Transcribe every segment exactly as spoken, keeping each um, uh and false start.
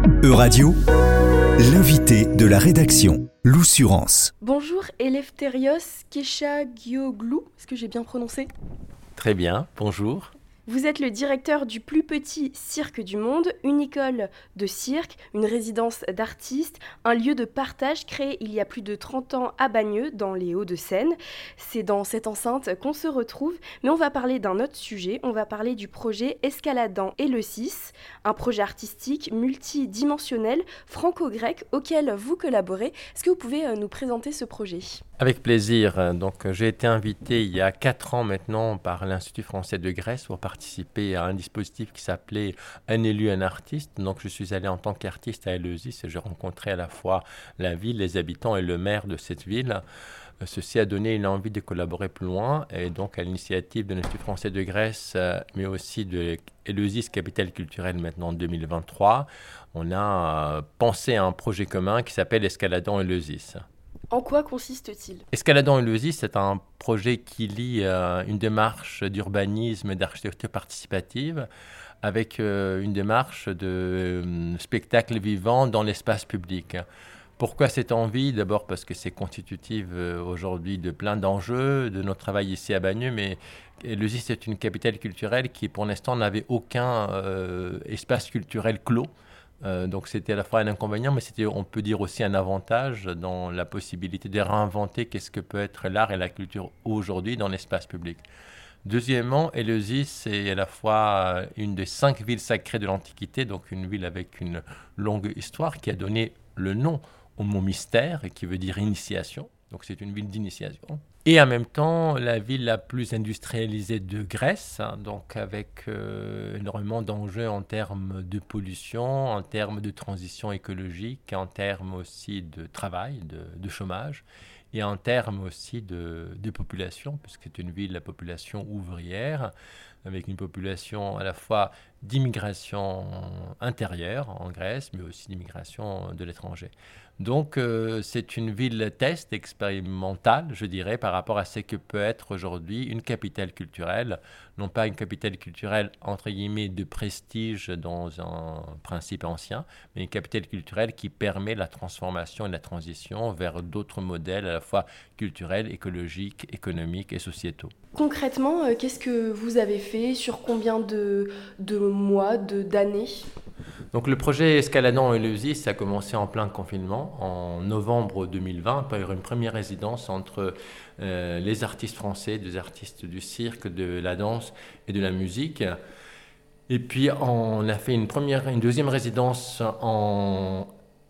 Euradio, l'invité de la rédaction, l'Oussurance. Bonjour Elefthérios Keshagioglou, est-ce que j'ai bien prononcé ? Très bien, bonjour. Vous êtes le directeur du plus petit cirque du monde, une école de cirque, une résidence d'artistes, un lieu de partage créé il y a plus de trente ans à Bagneux, dans les Hauts-de-Seine. C'est dans cette enceinte qu'on se retrouve, mais on va parler d'un autre sujet, on va parler du projet Escaladant Éleusis, un projet artistique multidimensionnel franco-grec auquel vous collaborez. Est-ce que vous pouvez nous présenter ce projet ? Avec plaisir. Donc, j'ai été invité il y a quatre ans maintenant par l'Institut français de Grèce pour participer à un dispositif qui s'appelait Un élu, un artiste. Donc, je suis allé en tant qu'artiste à Éleusis et j'ai rencontré à la fois la ville, les habitants et le maire de cette ville. Ceci a donné une envie de collaborer plus loin et donc à l'initiative de l'Institut français de Grèce, mais aussi de Éleusis, capitale culturelle maintenant en deux mille vingt-trois, on a pensé à un projet commun qui s'appelle Escaladant Éleusis. En quoi consiste-t-il ? Escaladant Éleusis, c'est un projet qui lie euh, une démarche d'urbanisme et d'architecture participative avec euh, une démarche de euh, spectacle vivant dans l'espace public. Pourquoi cette envie ? D'abord parce que c'est constitutif euh, aujourd'hui de plein d'enjeux, de notre travail ici à Bagneux, mais Éleusis est une capitale culturelle qui pour l'instant n'avait aucun euh, espace culturel clos. Euh, donc c'était à la fois un inconvénient, mais c'était, on peut dire aussi un avantage dans la possibilité de réinventer qu'est-ce que peut être l'art et la culture aujourd'hui dans l'espace public. Deuxièmement, Éleusis est à la fois une des cinq villes sacrées de l'Antiquité, donc une ville avec une longue histoire qui a donné le nom au mot mystère, et qui veut dire initiation. Donc c'est une ville d'initiation. Et en même temps, la ville la plus industrialisée de Grèce, hein, donc avec euh, énormément d'enjeux en termes de pollution, en termes de transition écologique, en termes aussi de travail, de, de chômage, et en termes aussi de, de population, puisque c'est une ville à population ouvrière, avec une population à la fois d'immigration intérieure en Grèce, mais aussi d'immigration de l'étranger. Donc, euh, c'est une ville test expérimentale, je dirais, par rapport à ce que peut être aujourd'hui une capitale culturelle. Non pas une capitale culturelle, entre guillemets, de prestige dans un principe ancien, mais une capitale culturelle qui permet la transformation et la transition vers d'autres modèles à la fois culturels, écologiques, économiques et sociétaux. Concrètement, euh, qu'est-ce que vous avez fait ? Sur combien de, de mois, de, d'années ? Donc le projet Escaladant Éleusis a commencé en plein confinement en novembre deux mille vingt par une première résidence entre euh, les artistes français, des artistes du cirque, de la danse et de la musique. Et puis on a fait une, première, une deuxième résidence en,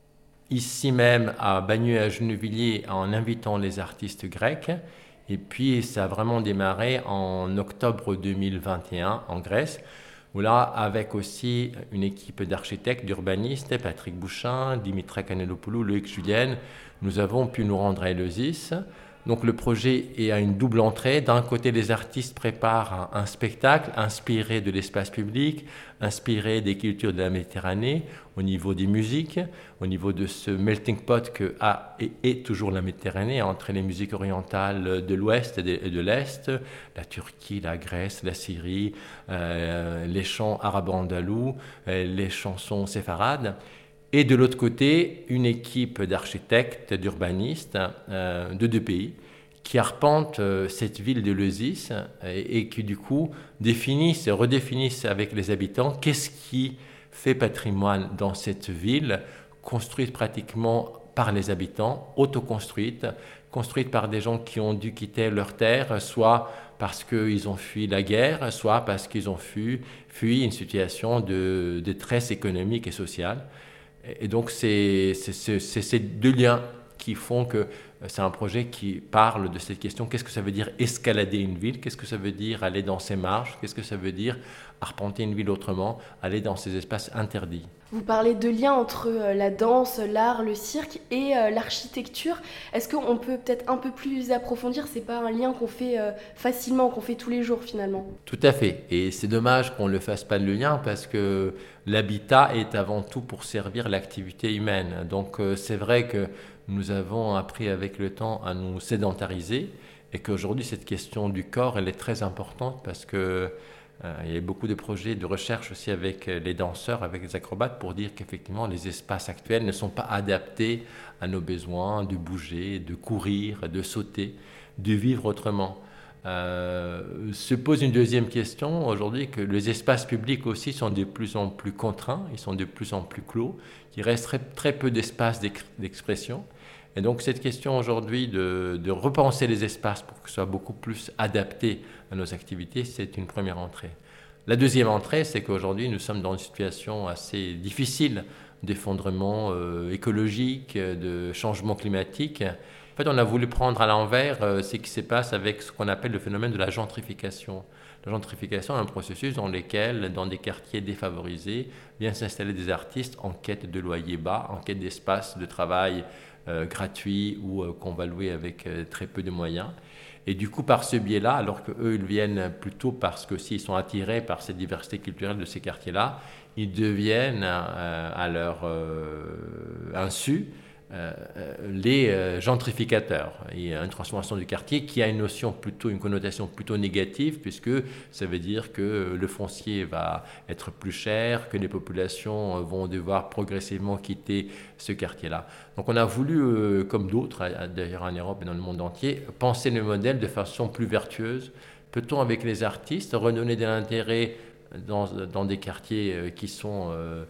ici même à Bagneux et à Gennevilliers en invitant les artistes grecs. Et puis ça a vraiment démarré en octobre deux mille vingt et un en Grèce, où là, avec aussi une équipe d'architectes, d'urbanistes, Patrick Bouchin, Dimitra Kanelopoulou, Loïc Julien, nous avons pu nous rendre à Éleusis. Donc le projet est à une double entrée. D'un côté, les artistes préparent un, un spectacle inspiré de l'espace public, inspiré des cultures de la Méditerranée, au niveau des musiques, au niveau de ce melting pot que a et est toujours la Méditerranée, entre les musiques orientales de l'Ouest et de, et de l'Est, la Turquie, la Grèce, la Syrie, euh, les chants arabo-andalous, euh, les chansons séfarades. Et de l'autre côté, une équipe d'architectes, d'urbanistes euh, de deux pays qui arpentent euh, cette ville d'Éleusis et, et qui du coup définissent et redéfinissent avec les habitants qu'est-ce qui fait patrimoine dans cette ville, construite pratiquement par les habitants, autoconstruite, construite par des gens qui ont dû quitter leur terre, soit parce qu'ils ont fui la guerre, soit parce qu'ils ont fui, fui une situation de détresse économique et sociale. Et donc, c'est, c'est, c'est, c'est ces deux liens qui font que c'est un projet qui parle de cette question. Qu'est-ce que ça veut dire escalader une ville ? Qu'est-ce que ça veut dire aller dans ses marges ? Qu'est-ce que ça veut dire arpenter une ville autrement, aller dans ces espaces interdits ? Vous parlez de liens entre la danse, l'art, le cirque et euh, l'architecture. Est-ce qu'on peut peut-être un peu plus approfondir ? C'est pas un lien qu'on fait euh, facilement, qu'on fait tous les jours finalement. Tout à fait. Et c'est dommage qu'on ne le fasse pas le lien parce que l'habitat est avant tout pour servir l'activité humaine. Donc euh, c'est vrai que nous avons appris avec le temps à nous sédentariser et qu'aujourd'hui cette question du corps elle est très importante parce que Euh, il y a beaucoup de projets de recherche aussi avec les danseurs, avec les acrobates, pour dire qu'effectivement les espaces actuels ne sont pas adaptés à nos besoins de bouger, de courir, de sauter, de vivre autrement. Euh, se pose une deuxième question aujourd'hui, que les espaces publics aussi sont de plus en plus contraints, ils sont de plus en plus clos, qu'il reste très, très peu d'espace d'expression. Et donc cette question aujourd'hui de, de repenser les espaces pour que ce soit beaucoup plus adapté à nos activités, c'est une première entrée. La deuxième entrée, c'est qu'aujourd'hui nous sommes dans une situation assez difficile d'effondrement euh, écologique, de changement climatique. En fait, on a voulu prendre à l'envers euh, ce qui se passe avec ce qu'on appelle le phénomène de la gentrification. La gentrification est un processus dans lequel, dans des quartiers défavorisés, viennent s'installer des artistes en quête de loyers bas, en quête d'espaces de travail euh, gratuits ou euh, qu'on va louer avec euh, très peu de moyens. Et du coup, par ce biais-là, alors qu'eux, ils viennent plutôt parce que s'ils sont attirés par cette diversité culturelle de ces quartiers-là, ils deviennent euh, à leur euh, insu Euh, les euh, gentrificateurs. Il y a une transformation du quartier qui a une notion plutôt, une connotation plutôt négative, puisque ça veut dire que le foncier va être plus cher, que les populations vont devoir progressivement quitter ce quartier-là. Donc on a voulu, euh, comme d'autres d'ailleurs en Europe et dans le monde entier, penser le modèle de façon plus vertueuse. Peut-on, avec les artistes, redonner de l'intérêt Dans, dans des quartiers qui sont euh,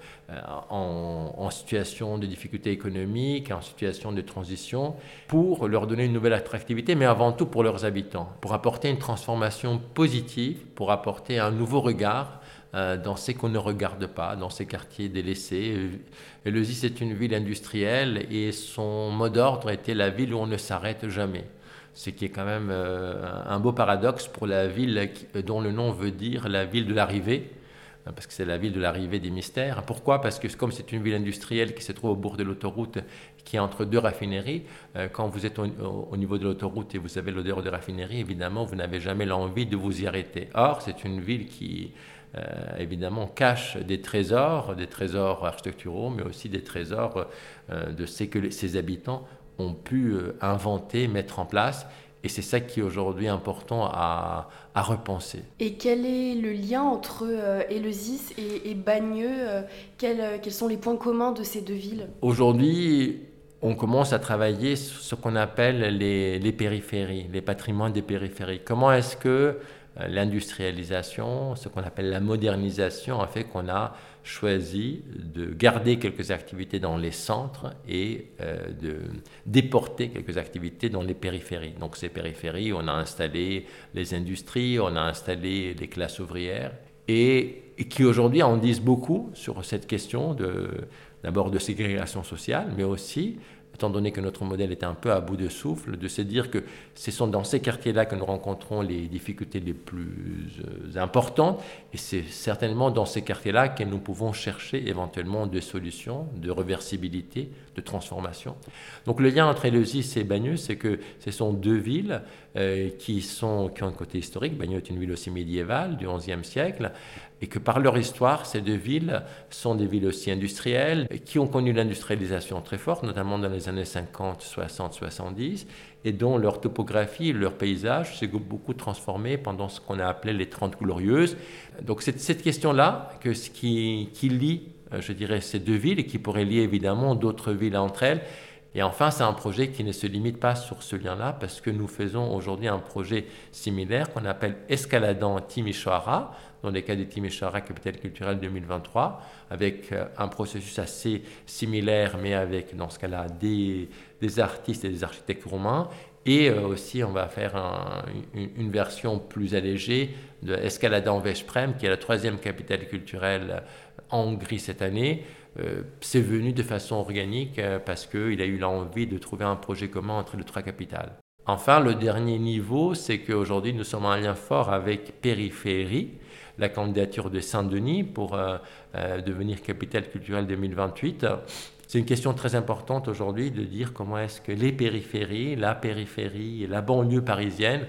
en, en situation de difficulté économique, en situation de transition, pour leur donner une nouvelle attractivité, mais avant tout pour leurs habitants, pour apporter une transformation positive, pour apporter un nouveau regard euh, dans ce qu'on ne regarde pas, dans ces quartiers délaissés. Éleusis, c'est une ville industrielle et son mot d'ordre était la ville où on ne s'arrête jamais. Ce qui est quand même euh, un beau paradoxe pour la ville qui, dont le nom veut dire la ville de l'arrivée, parce que c'est la ville de l'arrivée des mystères. Pourquoi ? Parce que comme c'est une ville industrielle qui se trouve au bord de l'autoroute, qui est entre deux raffineries, euh, quand vous êtes au, au niveau de l'autoroute et vous avez l'odeur de raffinerie, évidemment, vous n'avez jamais l'envie de vous y arrêter. Or, c'est une ville qui, euh, évidemment, cache des trésors, des trésors architecturaux, mais aussi des trésors euh, de ce que les, ses habitants ont pu inventer, mettre en place. Et c'est ça qui est aujourd'hui important à, à repenser. Et quel est le lien entre euh, Éleusis et, et Bagneux euh, quels, quels sont les points communs de ces deux villes ? Aujourd'hui, on commence à travailler sur ce qu'on appelle les, les périphéries, les patrimoines des périphéries. Comment est-ce que euh, l'industrialisation, ce qu'on appelle la modernisation, a fait qu'on a choisi de garder quelques activités dans les centres et euh, de déporter quelques activités dans les périphéries. Donc ces périphéries, on a installé les industries, on a installé les classes ouvrières et, et qui aujourd'hui en disent beaucoup sur cette question de, d'abord de ségrégation sociale, mais aussi, étant donné que notre modèle est un peu à bout de souffle, de se dire que ce sont dans ces quartiers-là que nous rencontrons les difficultés les plus euh, importantes, et c'est certainement dans ces quartiers-là que nous pouvons chercher éventuellement des solutions de reversibilité, de transformation. Donc le lien entre Éleusis et Bagneux, c'est que ce sont deux villes euh, qui, sont, qui ont un côté historique. Bagneux est une ville aussi médiévale du onzième siècle, et que par leur histoire, ces deux villes sont des villes aussi industrielles, qui ont connu l'industrialisation très forte, notamment dans les années cinquante, soixante, soixante-dix, et dont leur topographie, leur paysage s'est beaucoup transformé pendant ce qu'on a appelé les Trente Glorieuses. Donc c'est cette question-là que, qui, qui lie, je dirais, ces deux villes, et qui pourrait lier évidemment d'autres villes entre elles. Et enfin, c'est un projet qui ne se limite pas sur ce lien-là, parce que nous faisons aujourd'hui un projet similaire qu'on appelle Escaladant Timișoara, dans le cas de Timișoara, capitale culturelle deux mille vingt-trois, avec un processus assez similaire, mais avec, dans ce cas-là, des, des artistes et des architectes roumains. Et aussi, on va faire un, une, une version plus allégée de Escaladant Veszprém, qui est la troisième capitale culturelle en Hongrie cette année. Euh, c'est venu de façon organique euh, parce qu'il a eu l'envie de trouver un projet commun entre les trois capitales. Enfin, le dernier niveau, c'est qu'aujourd'hui, nous sommes en lien fort avec Périphérie, la candidature de Saint-Denis pour euh, euh, devenir capitale culturelle deux mille vingt-huit. C'est une question très importante aujourd'hui de dire comment est-ce que les périphéries, la périphérie et la banlieue parisienne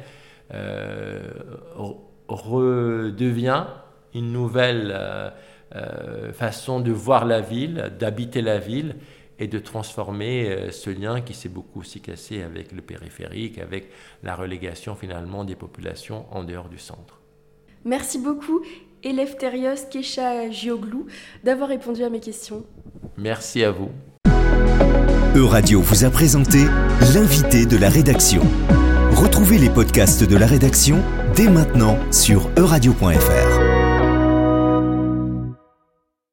euh, redevient une nouvelle euh, euh, façon de voir la ville, d'habiter la ville et de transformer euh, ce lien qui s'est beaucoup aussi cassé avec le périphérique, avec la relégation finalement des populations en dehors du centre. Merci beaucoup, Elefthérios Kecha-Gioglou, d'avoir répondu à mes questions. Merci à vous. Euradio vous a présenté l'invité de la rédaction. Retrouvez les podcasts de la rédaction dès maintenant sur euradio point f r.